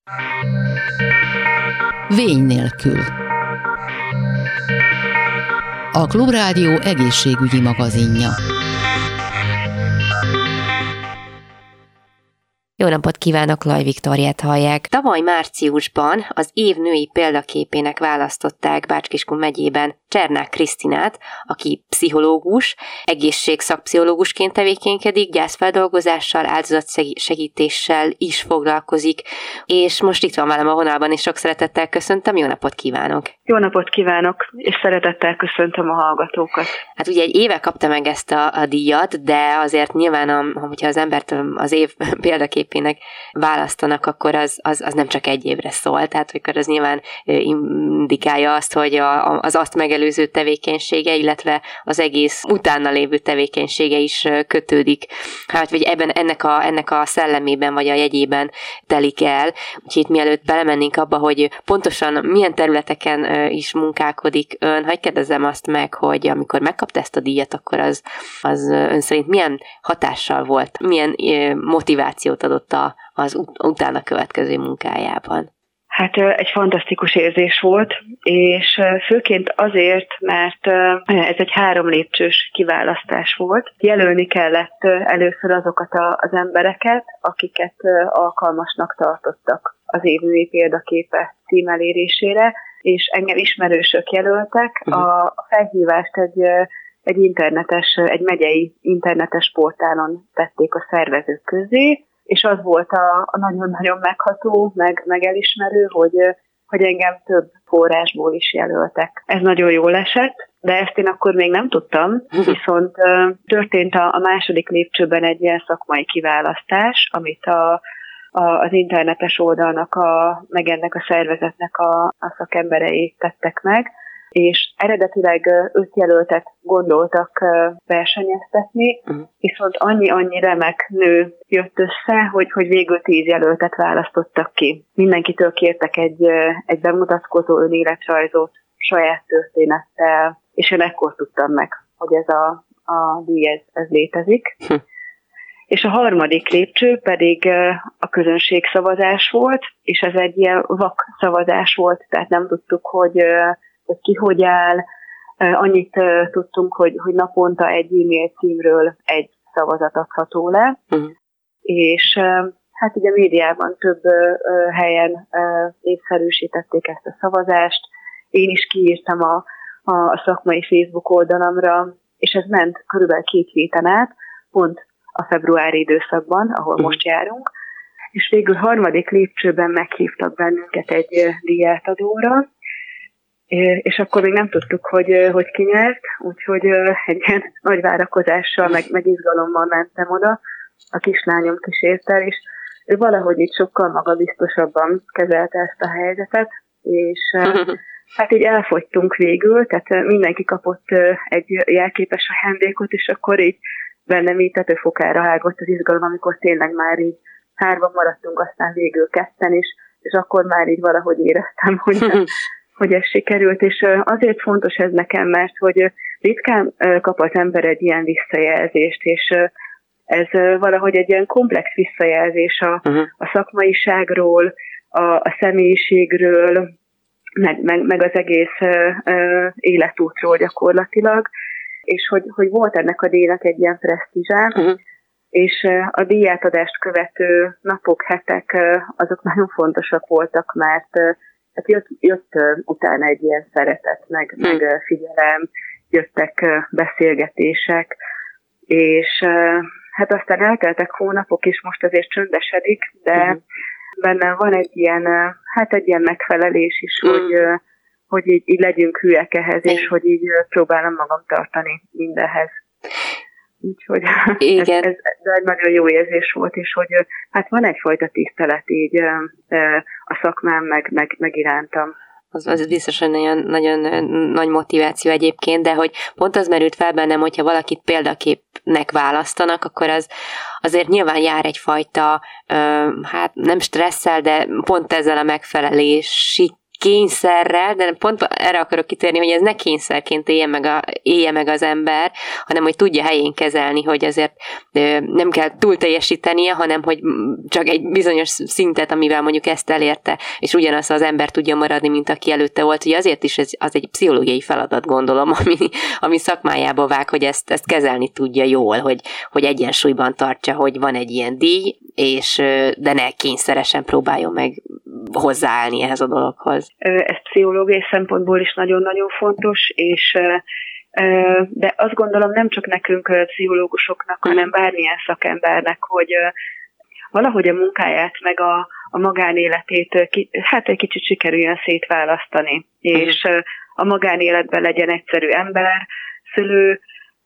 Vény nélkül. A Klubrádió egészségügyi magazinja. Jó napot kívánok, Laj Viktóriát hallják. Tavaly márciusban az év női példaképének választották Bács-Kiskun megyében Csernák Krisztinát, aki pszichológus, egészségszakpszichológusként tevékenykedik, gyászfeldolgozással, áldozatsegítéssel is foglalkozik, és most itt van velem a vonalban, és sok szeretettel köszöntöm, jó napot kívánok! Jó napot kívánok, és szeretettel köszöntöm a hallgatókat. Hát ugye egy éve kapta meg ezt a díjat, de azért nyilván, hogyha az embert az év példaképének választanak, akkor az nem csak egy évre szól, tehát akkor az nyilván indikálja azt, hogy az azt megelőző tevékenysége, illetve az egész utána lévő tevékenysége is kötődik. Hát, vagy ennek a szellemében, vagy a jegyében telik el. Úgyhogy mielőtt belemennénk abba, hogy pontosan milyen területeken is munkálkodik ön, hadd kérdezzem azt meg, hogy amikor megkapta ezt a díjat, akkor az ön szerint milyen hatással volt, milyen motivációt adott az utána következő munkájában? Hát egy fantasztikus érzés volt, és főként azért, mert ez egy 3 lépcsős kiválasztás volt. Jelölni kellett először azokat az embereket, akiket alkalmasnak tartottak az év női példaképe cím elérésére, és engem ismerősök jelöltek. A felhívást egy megyei internetes portálon tették a szervezők közé, és az volt a nagyon-nagyon megható, meg elismerő, hogy engem több forrásból is jelöltek. Ez nagyon jól esett, de ezt én akkor még nem tudtam, viszont történt a második lépcsőben egy ilyen szakmai kiválasztás, amit az internetes oldalnak, meg ennek a szervezetnek a szakemberei tettek meg, és eredetileg 5 jelöltet gondoltak versenyeztetni, viszont annyi remek nő jött össze, hogy végül 10 jelöltet választottak ki. Mindenkitől kértek egy bemutatkozó önéletrajzot, saját történettel, és én ekkor tudtam meg, hogy ez a díj ez létezik. És a harmadik lépcső pedig a közönségszavazás volt, és ez egy ilyen vak szavazás volt, tehát nem tudtuk, hogy ki hogy áll. Annyit tudtunk, hogy naponta egy e-mail címről egy szavazat adható le, és hát ugye médiában több helyen észszerűsítették ezt a szavazást. Én is kiírtam a szakmai Facebook oldalamra, és ez ment körülbelül 2 héten át, pont a februári időszakban, ahol most járunk, és végül harmadik lépcsőben meghívtak bennünket egy díjátadóra, és akkor még nem tudtuk, hogy ki nyert, úgyhogy egy ilyen nagy várakozással, meg izgalommal mentem oda, a kislányom kísért el, és ő valahogy így sokkal magabiztosabban kezelte ezt a helyzetet, és hát így elfogytunk végül, tehát mindenki kapott egy jelképes ajándékot, és akkor így bennem így tetőfokára hágott az izgalom, amikor tényleg már így 3 maradtunk, aztán végül 2 is, és akkor már így valahogy éreztem, hogy ez sikerült, és azért fontos ez nekem, mert hogy ritkán kap az ember egy ilyen visszajelzést, és ez valahogy egy ilyen komplex visszajelzés a szakmaiságról, a személyiségről, meg az egész életútról gyakorlatilag, és hogy volt ennek a díjnak egy ilyen presztízse, és a díjátadást követő napok, hetek, azok nagyon fontosak voltak, mert hát jött utána egy ilyen szeretet, meg figyelem, jöttek beszélgetések, és hát aztán elteltek hónapok, és most azért csöndesedik, de bennem van egy ilyen megfelelés is, hogy így legyünk hülyek ehhez, és hogy így próbálom magam tartani mindenhez. Úgyhogy ez egy nagyon jó érzés volt, és hogy hát van egyfajta tisztelet így a szakmám, meg irántam. Az biztos, hogy nagyon, nagyon nagy motiváció egyébként, de hogy pont az merült fel bennem, hogyha valakit példaképnek választanak, akkor az azért nyilván jár egyfajta, hát nem stresszel, de pont ezzel a megfelelési kényszerrel, de pont erre akarok kitérni, hogy ez ne kényszerként élje meg az ember, hanem hogy tudja helyén kezelni, hogy azért nem kell túl teljesítenie, hanem hogy csak egy bizonyos szintet, amivel mondjuk ezt elérte, és ugyanaz az ember tudja maradni, mint aki előtte volt, hogy azért is az egy pszichológiai feladat, gondolom, ami szakmájába vág, hogy ezt kezelni tudja jól, hogy egyensúlyban tartsa, hogy van egy ilyen díj, de ne kényszeresen próbáljon meg hozzáállni ehhez a dologhoz. Ez pszichológiai szempontból is nagyon-nagyon fontos, és de azt gondolom nem csak nekünk pszichológusoknak, hanem bármilyen szakembernek, hogy valahogy a munkáját meg a magánéletét egy kicsit sikerüljön szétválasztani, és a magánéletben legyen egyszerű ember, szülő,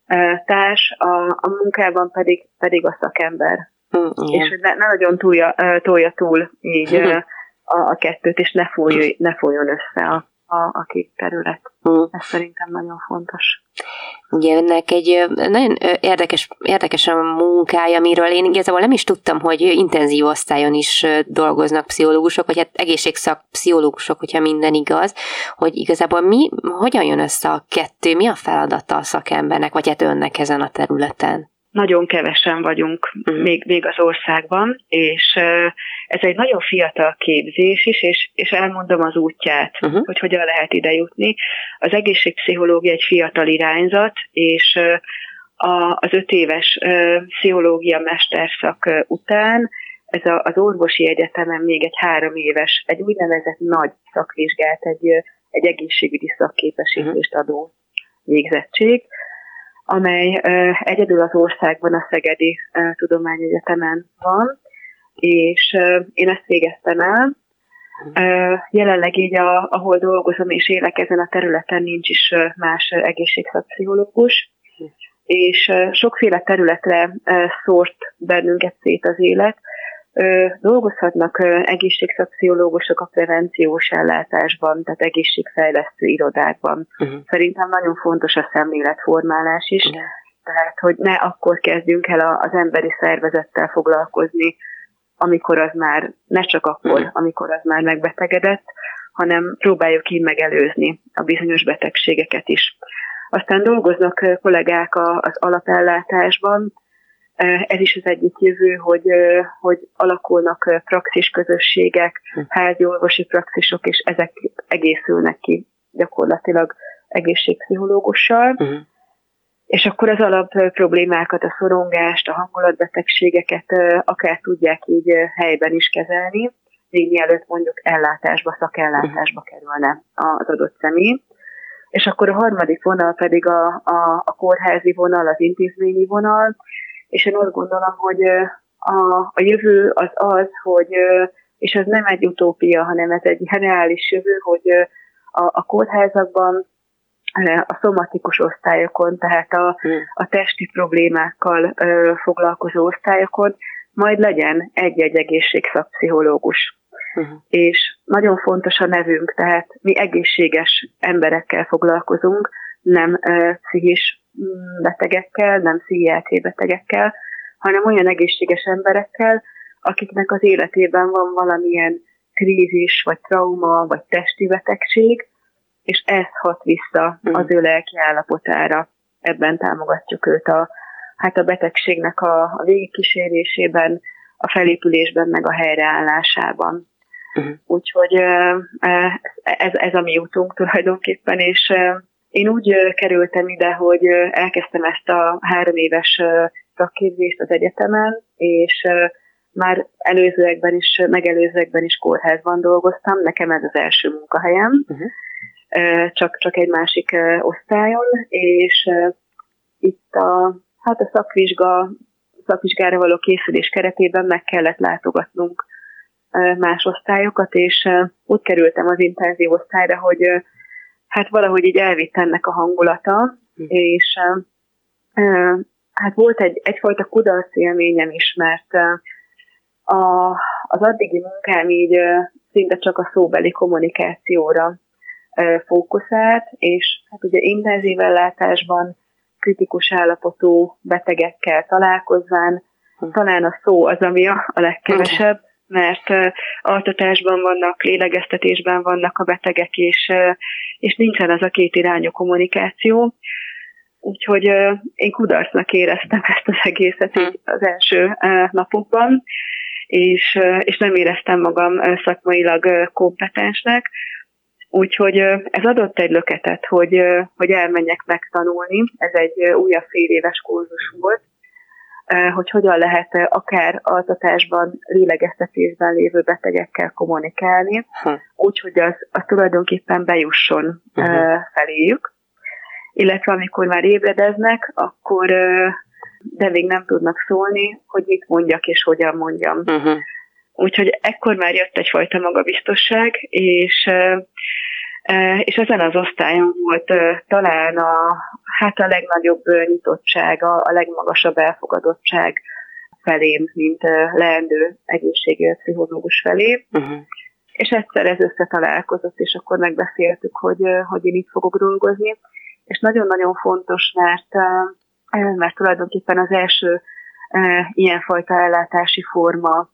társ, a munkában pedig a szakember. És hogy ne nagyon tolja túl így a kettőt, és ne folyjon össze a két terület. Ez szerintem nagyon fontos. Ugye önnek egy nagyon érdekes a munkája, amiről én igazából nem is tudtam, hogy intenzív osztályon is dolgoznak pszichológusok, vagy hát egészségszakpszichológusok, hogyha minden igaz, hogy igazából hogyan jön össze a kettő, mi a feladata a szakembernek, vagy hát önnek ezen a területen? Nagyon kevesen vagyunk még az országban, és ez egy nagyon fiatal képzés is, és elmondom az útját, hogy hogyan lehet ide jutni. Az egészségpszichológia egy fiatal irányzat, és az 5 éves pszichológia mesterszak után ez az orvosi egyetemen még egy 3 éves, egy úgynevezett nagy szakvizsgát, egy egészségügyi szakképesítést adó végzettség, amely egyedül az országban a Szegedi Tudományegyetemen van, és én ezt végeztem el. Jelenleg így, ahol dolgozom és élek ezen a területen, nincs is más egészségszakpszichológus, és sokféle területre szórt bennünket szét az élet. Dolgozhatnak egészségszakpszichológusok a prevenciós ellátásban, tehát egészségfejlesztő irodákban. Szerintem nagyon fontos a szemléletformálás is, tehát hogy ne akkor kezdjünk el az emberi szervezettel foglalkozni, amikor az már, ne csak akkor, amikor az már megbetegedett, hanem próbáljuk így megelőzni a bizonyos betegségeket is. Aztán dolgoznak kollégák az alapellátásban. Ez is az egyik jövő, hogy alakulnak praxisközösségek, házi orvosi praxisok, és ezek egészülnek ki gyakorlatilag egészségpszichológussal. És akkor az alap problémákat, a szorongást, a hangulatbetegségeket akár tudják így helyben is kezelni, még mielőtt mondjuk szakellátásba kerülne az adott személy. És akkor a harmadik vonal pedig a kórházi vonal, az intézményi vonal, és én azt gondolom, hogy a jövő az, hogy, és ez nem egy utópia, hanem ez egy reális jövő, hogy a kórházakban, a szomatikus osztályokon, tehát a testi problémákkal foglalkozó osztályokon majd legyen egy-egy egészségszakpszichológus. És nagyon fontos a nevünk, tehát mi egészséges emberekkel foglalkozunk, nem pszichis betegekkel, nem pszichiátriai betegekkel, hanem olyan egészséges emberekkel, akiknek az életében van valamilyen krízis, vagy trauma, vagy testi betegség, és ez hat vissza az ő lelki állapotára. Ebben támogatjuk őt a betegségnek a végigkísérésében, a felépülésben, meg a helyreállásában. Úgyhogy ez a mi útunk tulajdonképpen, és én úgy kerültem ide, hogy elkezdtem ezt a 3 éves szakképzést az egyetemen, és már megelőzőekben is kórházban dolgoztam, nekem ez az első munkahelyem, csak egy másik osztályon, és itt a szakvizsgára való készülés keretében meg kellett látogatnunk más osztályokat, és úgy kerültem az intenzív osztályra, hogy valahogy így elvitt ennek a hangulata, és volt egyfajta kudarc élményem is, mert az addigi munkám így szinte csak a szóbeli kommunikációra fókuszált, és ugye intenzív ellátásban kritikus állapotú betegekkel találkozván, talán a szó az, ami a legkevesebb, mert altatásban vannak, lélegeztetésben vannak a betegek, és nincsen az a kétirányú kommunikáció. Úgyhogy én kudarcnak éreztem ezt az egészet így az első napokban, és nem éreztem magam szakmailag kompetensnek. Úgyhogy ez adott egy löketet, hogy elmenjek megtanulni. Ez egy újabb fél éves kurzus volt, hogy hogyan lehet akár altatásban, lélegeztetésben lévő betegekkel kommunikálni, úgyhogy az tulajdonképpen bejusson feléjük. Illetve amikor már ébredeznek, akkor de még nem tudnak szólni, hogy mit mondjak és hogyan mondjam. Úgyhogy ekkor már jött egyfajta magabiztosság, és ezen az osztályon volt talán a legnagyobb nyitottság, a legmagasabb elfogadottság felém, mint leendő egészségügyi pszichológus felé. És egyszer ez összetalálkozott, és akkor megbeszéltük, hogy én itt fogok dolgozni. És nagyon-nagyon fontos, mert tulajdonképpen az első ilyenfajta ellátási forma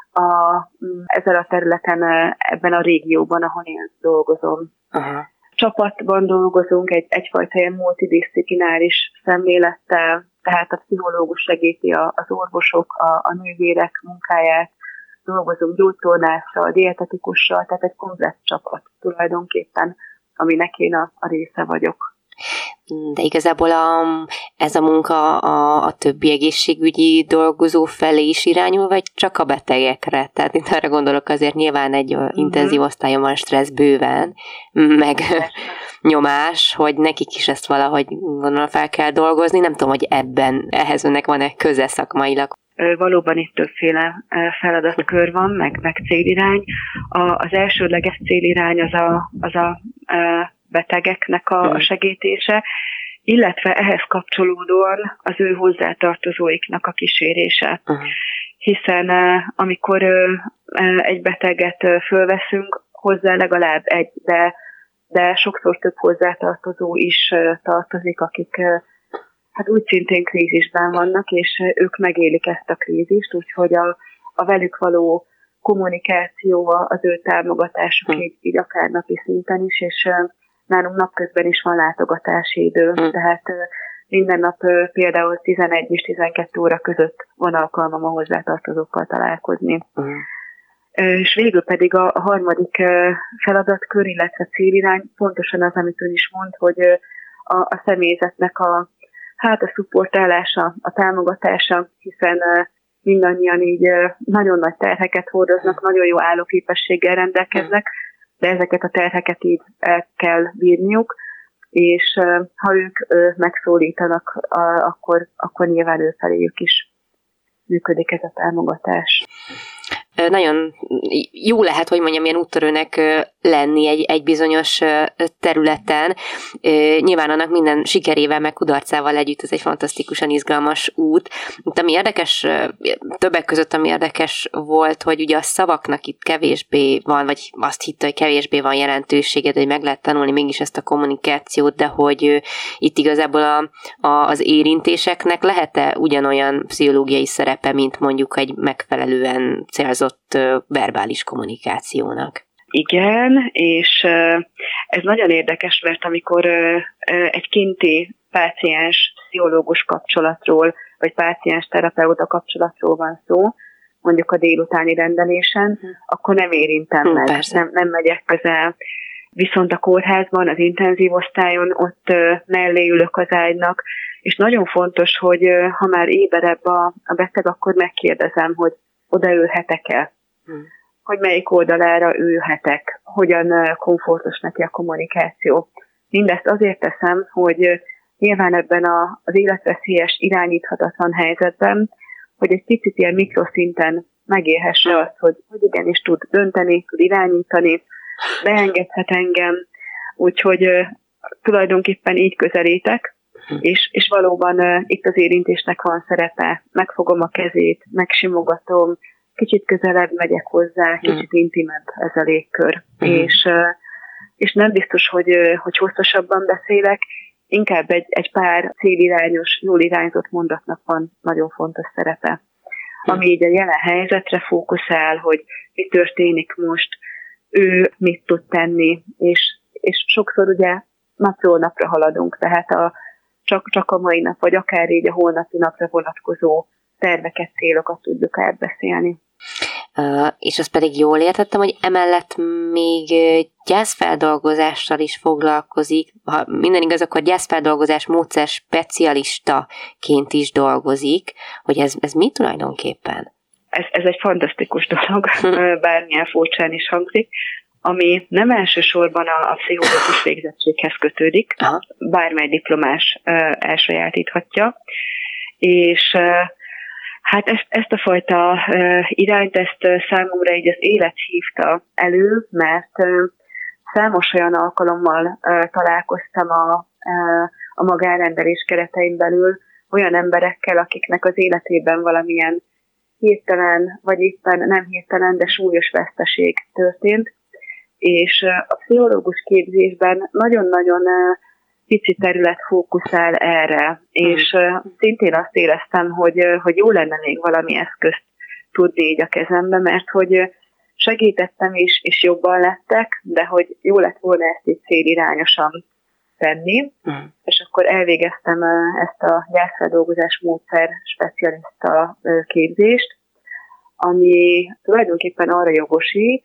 ezen a területen, ebben a régióban, ahol én dolgozom. Csapatban dolgozunk, egyfajta ilyen multidisziplináris szemlélettel, tehát a pszichológus segíti az orvosok, a nővérek munkáját, dolgozunk gyógytornásszal, dietetikussal, tehát egy komplett csapat tulajdonképpen, aminek én a része vagyok. De igazából ez a munka a többi egészségügyi dolgozó felé is irányul, vagy csak a betegekre? Tehát itt arra gondolok, azért nyilván egy intenzív osztályon van stressz bőven, meg nyomás, hogy nekik is ezt valahogy gondolom fel kell dolgozni. Nem tudom, hogy ehhez önnek van-e köze szakmailag. Valóban itt többféle feladatkör van, meg célirány. Az elsődleges célirány az a betegeknek a segítése, illetve ehhez kapcsolódóan az ő hozzátartozóiknak a kísérése. Hiszen amikor egy beteget fölveszünk, hozzá legalább egy, de sokszor több hozzátartozó is tartozik, akik hát úgy szintén krízisben vannak, és ők megélik ezt a krízist, úgyhogy a velük való kommunikáció, az ő támogatásuk így akár napi szinten is, és nálunk napközben is van látogatási idő, tehát minden nap például 11 és 12 óra között van alkalmam a hozzátartozókkal találkozni. És végül pedig a harmadik feladatkör, illetve célirány pontosan az, amit ön is mond, hogy a személyzetnek a szupportálása, a támogatása, hiszen mindannyian így nagyon nagy terheket hordoznak, nagyon jó állóképességgel rendelkeznek, de ezeket a terheket így el kell bírniuk, és ha ők megszólítanak, akkor nyilván ő feléjük is működik ez a támogatás. Nagyon jó lehet, hogy mondjam, ilyen úttörőnek lenni egy bizonyos területen. Nyilván annak minden sikerével, meg kudarcával együtt ez egy fantasztikusan izgalmas út. Ami érdekes, többek között ami érdekes volt, hogy ugye a szavaknak itt kevésbé van, vagy azt hitte, hogy kevésbé van jelentősége, hogy meg lehet tanulni mégis ezt a kommunikációt, de hogy itt igazából az érintéseknek lehet-e ugyanolyan pszichológiai szerepe, mint mondjuk egy megfelelően célzott verbális kommunikációnak? Igen, és ez nagyon érdekes, mert amikor egy kinti páciens-pszichológus kapcsolatról, vagy páciens-terapeuta kapcsolatról van szó, mondjuk a délutáni rendelésen, akkor nem érintem meg, nem megyek közel. Viszont a kórházban, az intenzív osztályon ott mellé ülök az ágynak, és nagyon fontos, hogy ha már éberebb a beteg, akkor megkérdezem, hogy odaülhetek-e, hogy melyik oldalára ülhetek, hogyan komfortos neki a kommunikáció. Mindezt azért teszem, hogy nyilván ebben az életveszélyes, irányíthatatlan helyzetben, hogy egy picit ilyen mikroszinten megélhesse azt, hogy igenis tud dönteni, tud irányítani, beengedhet engem, úgyhogy tulajdonképpen így közelítek, és valóban itt az érintésnek van szerepe. Megfogom a kezét, megsimogatom, kicsit közelebb megyek hozzá, kicsit intimebb ez a légkör. És nem biztos, hogy hosszasabban beszélek, inkább egy pár célirányos, jól irányzott mondatnak van nagyon fontos szerepe. ami így a jelen helyzetre fókuszál, hogy mi történik most, ő mit tud tenni, és sokszor ugye napról napra haladunk, tehát csak a mai nap, vagy akár így a holnapi napra vonatkozó terveket, célokat tudjuk átbeszélni. És azt pedig jól értettem, hogy emellett még gyászfeldolgozással is foglalkozik. Ha minden igaz, akkor gyászfeldolgozás módszer specialistaként is dolgozik, hogy ez mi tulajdonképpen? Ez egy fantasztikus dolog, bármilyen furcsán is hangzik, ami nem elsősorban a pszichológus végzettséghez kötődik, bármely diplomás elsajátíthatja, és hát ezt a fajta irányt, ezt számomra így az élet hívta elő, mert számos olyan alkalommal találkoztam a magánrendelés keretein belül olyan emberekkel, akiknek az életében valamilyen hirtelen, vagy éppen nem hirtelen, de súlyos veszteség történt, és a pszichológus képzésben nagyon-nagyon pici terület fókuszál erre, és szintén azt éreztem, hogy jó lenne még valami eszközt tudni így a kezembe, mert hogy segítettem is, és jobban lettek, de hogy jó lett volna ezt így célirányosan tenni, és akkor elvégeztem ezt a gyászfeldolgozás módszer specialista képzést, ami tulajdonképpen arra jogosít,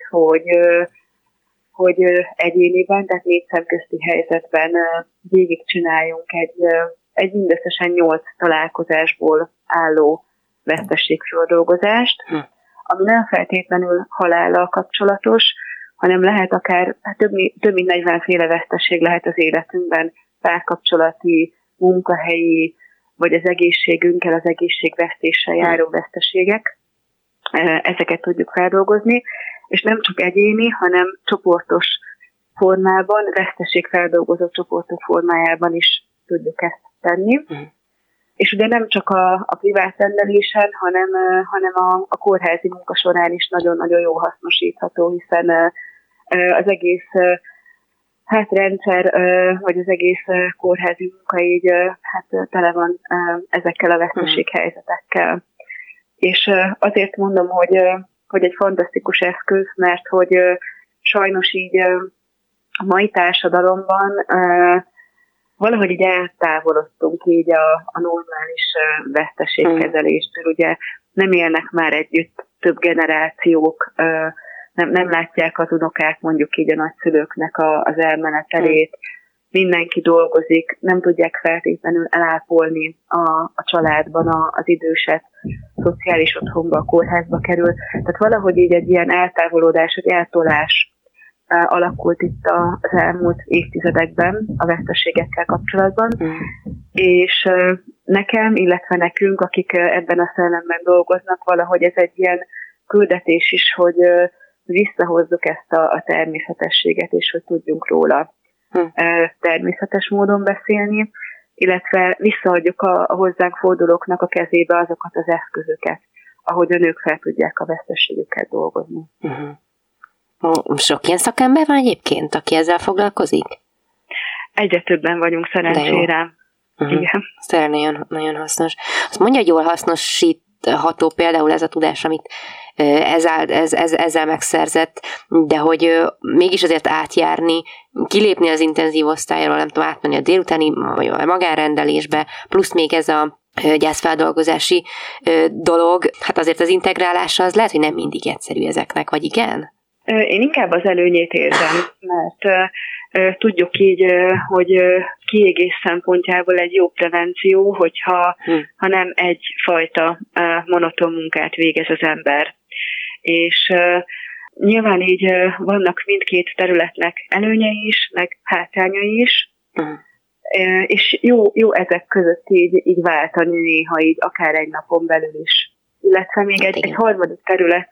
hogy egyéniben, tehát 4 szemközti helyzetben végigcsináljunk egy mindösszesen 8 találkozásból álló veszteségfeldolgozást, ami nem feltétlenül halállal kapcsolatos, hanem lehet akár több mint 40 féle veszteség lehet az életünkben, párkapcsolati, munkahelyi, vagy az egészségünkkel, az egészségvesztéssel járó veszteségek. Ezeket tudjuk feldolgozni, és nem csak egyéni, hanem csoportos formában, veszteségfeldolgozó csoportok formájában is tudjuk ezt tenni. És ugye nem csak a privát rendelésen, hanem a kórházi munka során is nagyon-nagyon jó hasznosítható, hiszen az egész rendszer, vagy az egész kórházi munka így tele van ezekkel a veszteséghelyzetekkel. És azért mondom, hogy egy fantasztikus eszköz, mert hogy sajnos így a mai társadalomban valahogy így eltávolodtunk így a normális veszteségkezeléstől. Ugye nem élnek már együtt több generációk, nem látják az unokák mondjuk így a nagyszülőknek az elmenetelét, mindenki dolgozik, nem tudják feltétlenül elápolni a családban az időset, szociális otthonba, a kórházba kerül. Tehát valahogy így egy ilyen eltávolodás, egy eltolás alakult itt az elmúlt évtizedekben a veszteségekkel kapcsolatban, és nekem, illetve nekünk, akik ebben a szellemben dolgoznak, valahogy ez egy ilyen küldetés is, hogy visszahozzuk ezt a természetességet, és hogy tudjunk róla természetes módon beszélni, illetve visszaadjuk a hozzánk fordulóknak a kezébe azokat az eszközöket, ahogy a nők fel tudják a veszteségükkel dolgozni. Sok ilyen szakember van egyébként, aki ezzel foglalkozik? Egyre többen vagyunk szerencsére. Igen. Ez nagyon, nagyon hasznos. Azt mondja, hogy jól hasznosítható például ez a tudás, amit ezzel megszerzett, de hogy mégis azért átjárni, kilépni az intenzív osztályról, nem tudom, átmenni a délutáni vagy a magánrendelésbe, plusz még ez a gyászfeldolgozási dolog, hát azért az integrálása az lehet, hogy nem mindig egyszerű ezeknek, vagy igen? Én inkább az előnyét érzem, mert tudjuk így, hogy kiégés szempontjából egy jó prevenció, hogyha nem egyfajta monoton munkát végez az ember. És nyilván így vannak mindkét területnek előnyei is, meg hátrányai is, és jó ezek között így váltani néha így akár egy napon belül is. Illetve még egy harmadik terület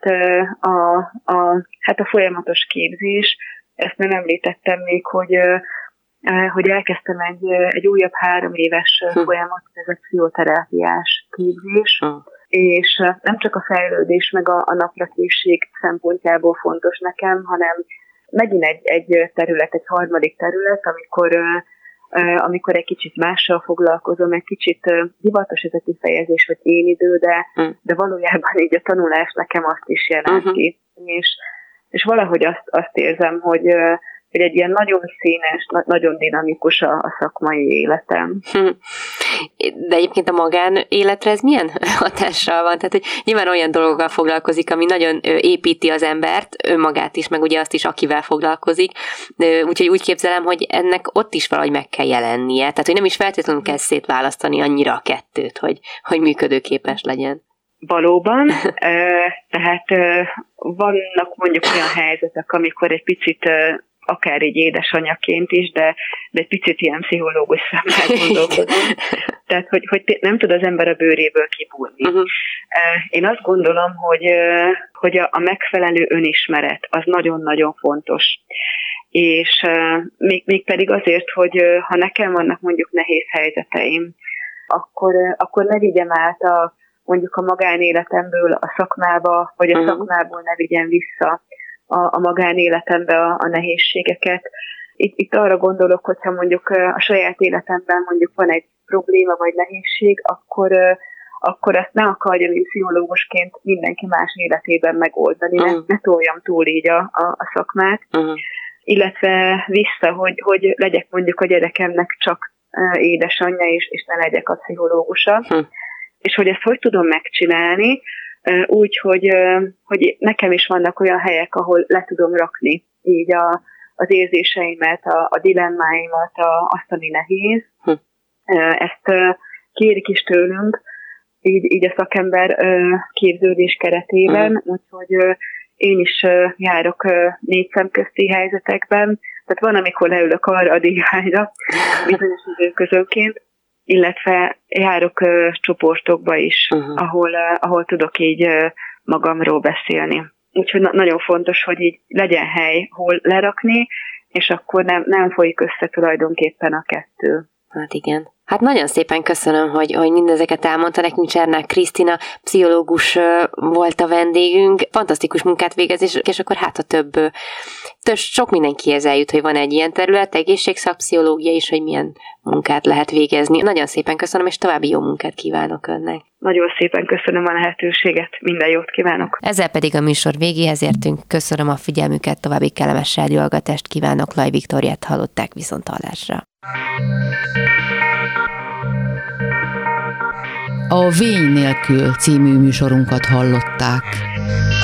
a folyamatos képzés. Ezt nem említettem még, hogy elkezdtem egy újabb 3 éves folyamat, ez a pszichoterápiás képzés, és nem csak a fejlődés meg a naprakészség szempontjából fontos nekem, hanem megint egy terület, egy harmadik terület, amikor amikor egy kicsit mással foglalkozom, egy kicsit divatos ez a kifejezés, hogy én idő, de valójában így a tanulás nekem azt is jelenti. És valahogy azt érzem, hogy egy ilyen nagyon színes, nagyon dinamikus a szakmai életem. De egyébként a magánéletre ez milyen hatással van? Tehát, hogy nyilván olyan dolgokkal foglalkozik, ami nagyon építi az embert, önmagát is, meg ugye azt is, akivel foglalkozik. Úgyhogy úgy képzelem, hogy ennek ott is valahogy meg kell jelennie. Tehát, hogy nem is feltétlenül kell szétválasztani annyira a kettőt, hogy működőképes legyen. Valóban, tehát vannak mondjuk olyan helyzetek, amikor egy picit akár így édesanyaként is, de egy picit ilyen pszichológus szemmel gondolkodom. Tehát, hogy nem tud az ember a bőréből kibújni. Én azt gondolom, hogy a megfelelő önismeret az nagyon-nagyon fontos. És még pedig azért, hogy ha nekem vannak mondjuk nehéz helyzeteim, akkor ne vigyem át mondjuk a magánéletemből a szakmába, vagy a szakmából ne vigyen vissza a magánéletembe a nehézségeket. Itt arra gondolok, hogyha mondjuk a saját életemben mondjuk van egy probléma vagy nehézség, akkor ezt ne akarjam én pszichológusként mindenki más életében megoldani, ne toljam túl így a szakmát. Illetve vissza, hogy legyek mondjuk a gyerekemnek csak édesanyja, és ne legyek a pszichológusa. És hogy ezt hogy tudom megcsinálni, úgy, hogy nekem is vannak olyan helyek, ahol le tudom rakni így az érzéseimet, a dilemmáimat, azt, ami nehéz. Ezt kérik is tőlünk, így a szakember képződés keretében, úgyhogy én is járok 4 szemközti helyzetekben, tehát van, amikor leülök arra a díványra bizonyos időközönként, illetve járok csoportokba is, ahol tudok így magamról beszélni. Úgyhogy nagyon fontos, hogy így legyen hely, hol lerakni, és akkor nem folyik össze tulajdonképpen a kettő. Hát igen. Hát nagyon szépen köszönöm, hogy mindezeket elmondta nekünk. Csernák Krisztina, pszichológus volt a vendégünk. Fantasztikus munkát végez, és akkor hát a több sok mindenkihez eljut, hogy van egy ilyen terület, egészségszakpszichológia is, hogy milyen munkát lehet végezni. Nagyon szépen köszönöm, és további jó munkát kívánok önnek. Nagyon szépen köszönöm a lehetőséget, minden jót kívánok. Ezzel pedig a műsor végéhez értünk. Köszönöm a figyelmüket, további kellemes rádióhallgatást kívánok. Laj Viktóriát hallották, viszonthallásra. A Vény nélkül című műsorunkat hallották.